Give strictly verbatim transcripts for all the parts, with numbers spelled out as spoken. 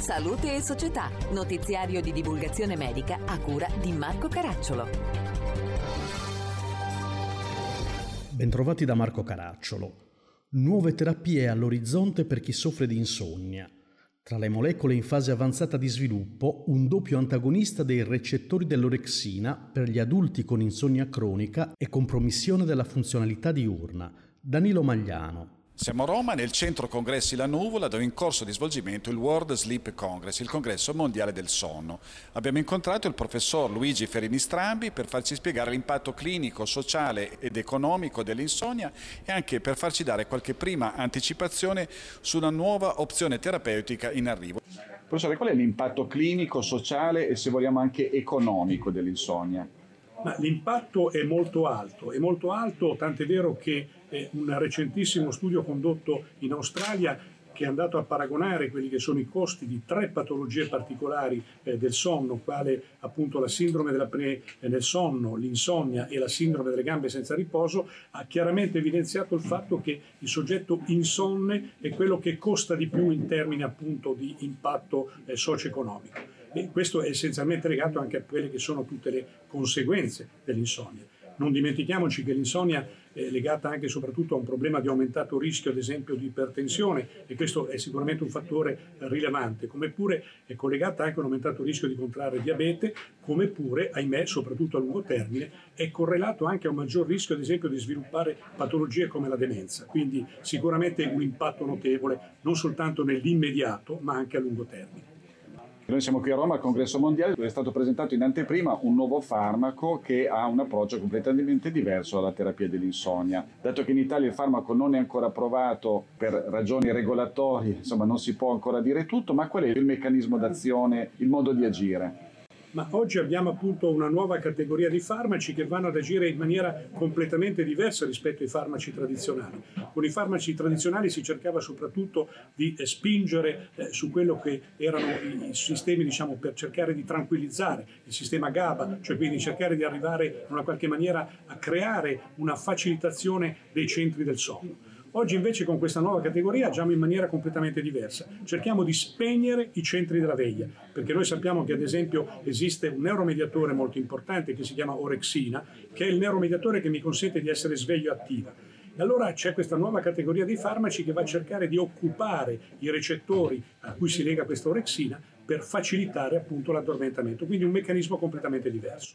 Salute e Società, notiziario di divulgazione medica a cura di Marco Caracciolo. Bentrovati da Marco Caracciolo. Nuove terapie all'orizzonte per chi soffre di insonnia. Tra le molecole in fase avanzata di sviluppo, un doppio antagonista dei recettori dell'orexina per gli adulti con insonnia cronica e compromissione della funzionalità diurna. Danilo Magliano. Siamo a Roma, nel centro congressi La Nuvola, dove è in corso di svolgimento il World Sleep Congress, il congresso mondiale del sonno. Abbiamo incontrato il professor Luigi Ferini Strambi per farci spiegare l'impatto clinico, sociale ed economico dell'insonnia e anche per farci dare qualche prima anticipazione su una nuova opzione terapeutica in arrivo. Professore, qual è l'impatto clinico, sociale e, se vogliamo, anche economico dell'insonnia? Ma l'impatto è molto alto, è molto alto, tant'è vero che eh, un recentissimo studio condotto in Australia che è andato a paragonare quelli che sono i costi di tre patologie particolari eh, del sonno, quale appunto la sindrome dell'apnea del sonno, l'insonnia e la sindrome delle gambe senza riposo, ha chiaramente evidenziato il fatto che il soggetto insonne è quello che costa di più in termini appunto di impatto eh, socio-economico. E questo è essenzialmente legato anche a quelle che sono tutte le conseguenze dell'insonnia. Non dimentichiamoci che l'insonnia è legata anche e soprattutto a un problema di aumentato rischio, ad esempio, di ipertensione, e questo è sicuramente un fattore rilevante, come pure è collegata anche a un aumentato rischio di contrarre diabete, come pure, ahimè, soprattutto a lungo termine, è correlato anche a un maggior rischio, ad esempio, di sviluppare patologie come la demenza. Quindi sicuramente un impatto notevole, non soltanto nell'immediato, ma anche a lungo termine. Noi siamo qui a Roma al Congresso Mondiale, dove è stato presentato in anteprima un nuovo farmaco che ha un approccio completamente diverso alla terapia dell'insonnia. Dato che in Italia il farmaco non è ancora approvato per ragioni regolatorie, insomma non si può ancora dire tutto, ma qual è il meccanismo d'azione, il modo di agire? Ma oggi abbiamo appunto una nuova categoria di farmaci che vanno ad agire in maniera completamente diversa rispetto ai farmaci tradizionali. Con i farmaci tradizionali si cercava soprattutto di eh, spingere eh, su quello che erano i, i sistemi, diciamo, per cercare di tranquillizzare il sistema GABA, cioè quindi cercare di arrivare in una qualche maniera a creare una facilitazione dei centri del sonno. Oggi invece con questa nuova categoria agiamo in maniera completamente diversa. Cerchiamo di spegnere i centri della veglia, perché noi sappiamo che ad esempio esiste un neuromediatore molto importante che si chiama orexina, che è il neuromediatore che mi consente di essere sveglio attiva. E allora c'è questa nuova categoria di farmaci che va a cercare di occupare i recettori a cui si lega questa orexina per facilitare appunto l'addormentamento, quindi un meccanismo completamente diverso.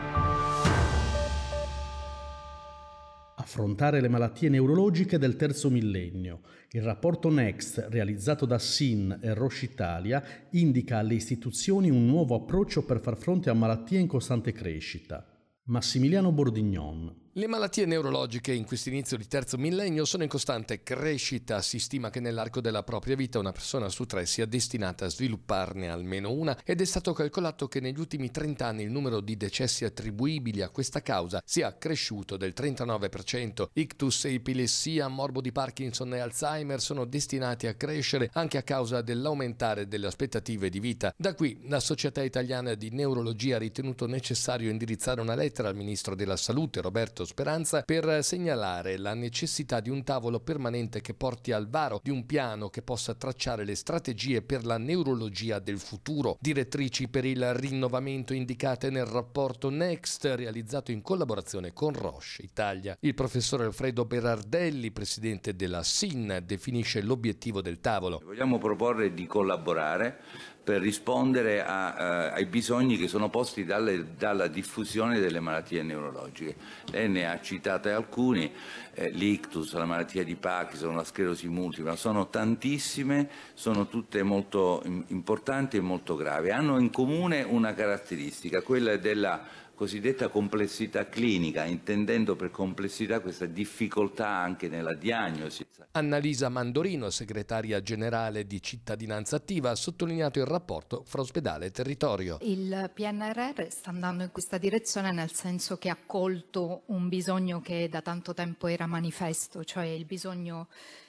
Affrontare le malattie neurologiche del terzo millennio. Il rapporto Next, realizzato da S I N e Roche Italia, indica alle istituzioni un nuovo approccio per far fronte a malattie in costante crescita. Massimiliano Bordignon. Le malattie neurologiche in questo inizio di terzo millennio sono in costante crescita. Si stima che nell'arco della propria vita una persona su tre sia destinata a svilupparne almeno una, ed è stato calcolato che negli ultimi trenta anni il numero di decessi attribuibili a questa causa sia cresciuto del trentanove per cento. Ictus, epilessia, morbo di Parkinson e Alzheimer sono destinati a crescere anche a causa dell'aumentare delle aspettative di vita. Da qui la Società Italiana di Neurologia ha ritenuto necessario indirizzare una lettera al Ministro della Salute, Roberto Speranza, per segnalare la necessità di un tavolo permanente che porti al varo di un piano che possa tracciare le strategie per la neurologia del futuro, direttrici per il rinnovamento indicate nel rapporto Next realizzato in collaborazione con Roche Italia. Il professor Alfredo Berardelli, presidente della S I N, definisce l'obiettivo del tavolo. Vogliamo proporre di collaborare per rispondere a, uh, ai bisogni che sono posti dalle, dalla diffusione delle malattie neurologiche. Lei ne ha citate alcuni, eh, l'ictus, la malattia di Parkinson, la sclerosi multipla, sono tantissime, sono tutte molto importanti e molto gravi. Hanno in comune una caratteristica, quella della cosiddetta complessità clinica, intendendo per complessità questa difficoltà anche nella diagnosi. Annalisa Mandorino, segretaria generale di Cittadinanza Attiva, ha sottolineato il rapporto fra ospedale e territorio. Il P N R R sta andando in questa direzione, nel senso che ha colto un bisogno che da tanto tempo era manifesto, cioè il bisogno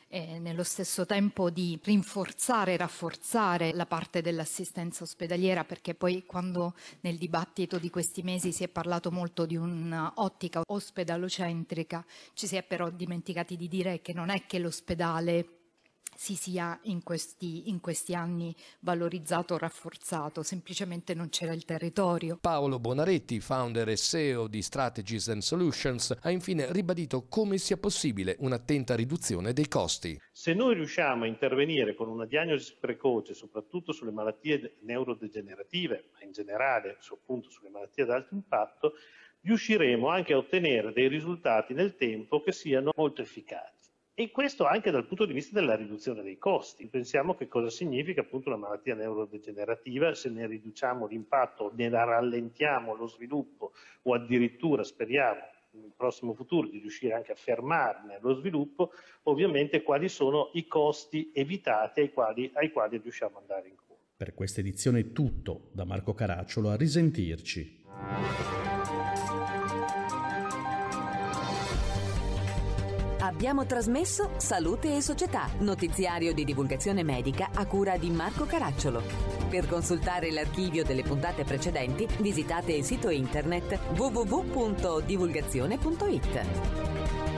e nello stesso tempo di rinforzare e rafforzare la parte dell'assistenza ospedaliera, perché poi quando nel dibattito di questi mesi si è parlato molto di un'ottica ospedalocentrica, ci si è però dimenticati di dire che non è che l'ospedale si sia in questi, in questi anni valorizzato o rafforzato, semplicemente non c'era il territorio. Paolo Bonaretti, founder e C E O di Strategies and Solutions, ha infine ribadito come sia possibile un'attenta riduzione dei costi. Se noi riusciamo a intervenire con una diagnosi precoce, soprattutto sulle malattie neurodegenerative, ma in generale appunto sulle malattie ad alto impatto, riusciremo anche a ottenere dei risultati nel tempo che siano molto efficaci. E questo anche dal punto di vista della riduzione dei costi. Pensiamo che cosa significa appunto una malattia neurodegenerativa, se ne riduciamo l'impatto, ne rallentiamo lo sviluppo o addirittura speriamo nel prossimo futuro di riuscire anche a fermarne lo sviluppo, ovviamente quali sono i costi evitati ai quali, ai quali riusciamo ad andare incontro. Per questa edizione è tutto, da Marco Caracciolo, a risentirci. Abbiamo trasmesso Salute e Società, notiziario di divulgazione medica a cura di Marco Caracciolo. Per consultare l'archivio delle puntate precedenti, visitate il sito internet w w w punto divulgazione punto i t.